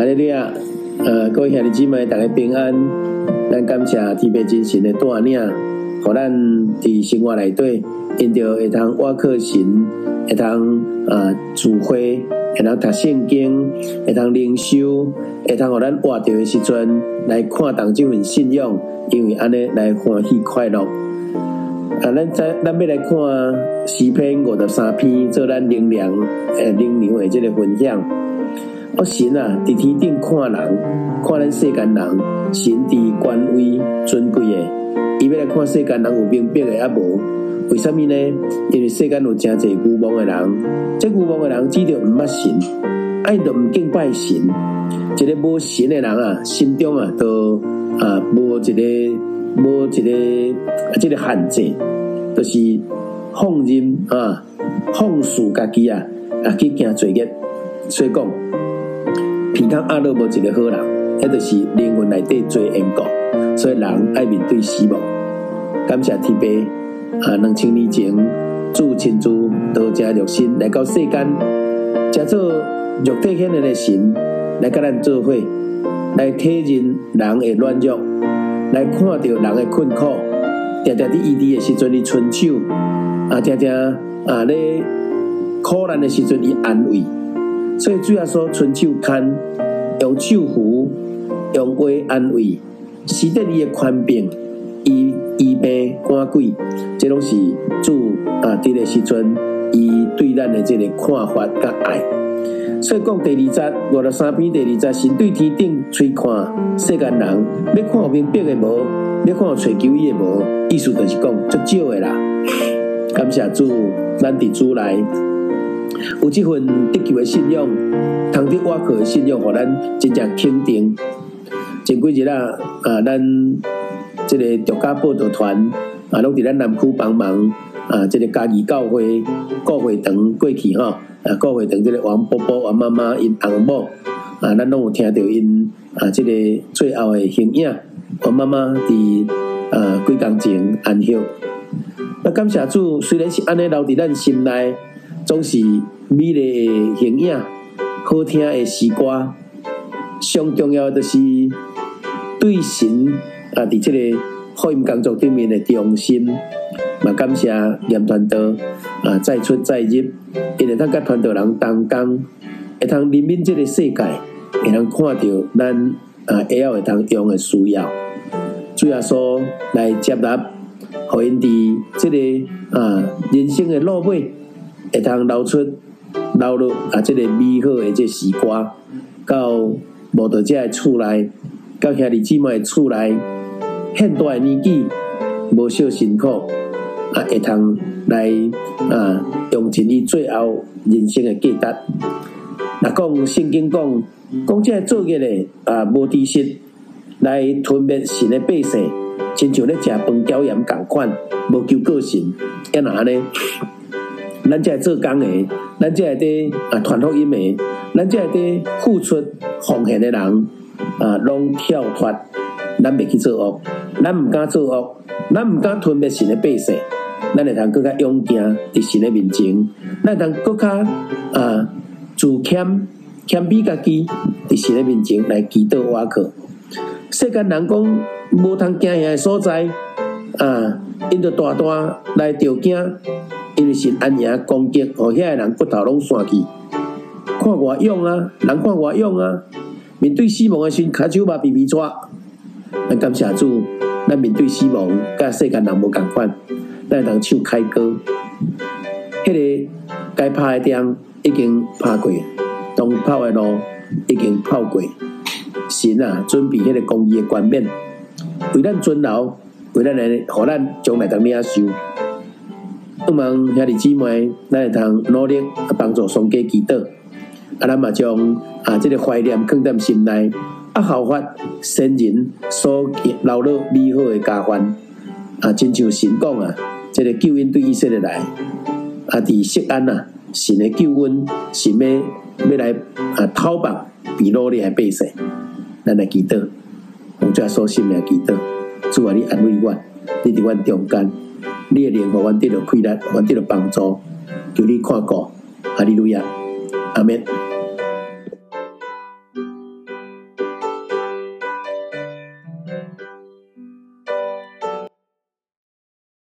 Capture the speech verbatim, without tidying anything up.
哈利路亚！呃，各位兄弟姊妹，大家平安。咱感谢天父真神的带领，互咱伫生活内底，因着会通倚靠神，会通啊自慧，会通读圣经，会通灵修，会通互咱活着的时阵来看重这份信仰，因为安尼来欢喜快乐。啊，咱在咱要来看诗篇五十三篇，做咱灵粮诶灵粮的这个分享。我神啊，伫天顶看人，看咱世间人，神伫权威尊贵的，伊要来看世间人有明白的啊无？为什么呢？因为世间有真侪愚妄的人，这愚妄的人只着毋捌神，爱着毋敬拜神。一个无神的人啊，心中啊，都啊无一个无一个啊，这个限制，就是放任啊，放肆家己啊，啊去行罪孽。所以讲。鼻孔压落无一个好人，迄就是灵魂内底做因果，所以人爱面对死亡。感谢天父啊，两千年前主亲自道成肉身来到世间，藉做肉体显现的神来甲咱做伙，来体认人的软弱，来看到人的困苦，常常伫异地的时阵伊伸手，啊，常常啊咧苦难的时阵伊安慰。所以主要说伸手牵，用手扶，用话安慰，使得伊的宽病，医医病赶鬼，这拢是主啊伫个时阵，伊对咱的这个看法甲爱。所以讲第二节五十三篇第二节，神对天顶吹看世间人，要看有明白的无，要看有找求伊的无，意思就是讲足少的啦。感谢主，咱伫主内。有这份得救的信仰，通得倚靠的信仰，互咱真正肯定。前几日啊，啊，咱这个独家报道团啊，拢伫咱南区帮忙啊，这个嘉义教会顾会堂过去吼，啊，顾会堂这个王伯伯、王妈妈因翁某啊，咱拢有听到因啊，这个最后的形影。王妈妈伫啊几工前安息。那感谢主，虽然是安尼留伫咱心内。总是美丽的形影，好听的诗歌，上重要的就是对神啊，伫这个福音工作顶面的忠心。嘛，感谢严传道啊，再出再入，因为通甲传道人同工，会通怜悯这个世界，会通看到咱啊以后会通用的需要。主要说来接纳，互因伫这个啊人生的路尾。会通流出流落啊！这个美好的这诗歌，到慕道者的厝内，到兄弟姊妹的厝内，现大的年纪，无少辛苦啊！会通来啊，用尽伊最后人生的价值。若讲圣经讲，讲这做业的啊，无知识来吞灭神的百姓，亲像咧食饭椒盐共款，无求过神，也若安尼。咱才会做工的，咱才会伫啊传福音的，咱才会伫付出奉献的人啊，拢跳脱，咱袂去做恶，咱毋敢做恶，咱毋敢吞灭神的百姓，咱会通更较勇敢伫神的面前，咱会通更较啊自谦谦卑家己伫神的面前来祈祷倚靠。世间人讲无通惊吓的所在啊，因着大大来着惊。因为神安营攻击，互遐个人骨头拢散去，看偌勇啊，人看偌勇啊。面对死亡的时阵，骹手嘛皮皮抓。咱感谢主，咱面对死亡，甲世间人无共款，咱会通手开高。迄个该拍的点已经拍过，当跑的路已经跑过。神啊，准备迄个公义的冠冕，为咱存留，为咱来，互咱将来当领受。希望兄弟姊妹，咱会通努力帮助双家祈祷，啊，咱嘛将啊这个怀念放在心内，啊效法先人所留落美好的家范，啊，亲像神讲啊，这个救恩对以色列来，啊，伫锡安啊，神的救恩是要要来啊讨伐被掳掠的百姓，咱来祈祷，用最所信来祈祷，主啊，你安慰我，你伫阮中间。你的灵互阮得到快乐，阮得到帮助，求你看顾，哈利路亚，阿们。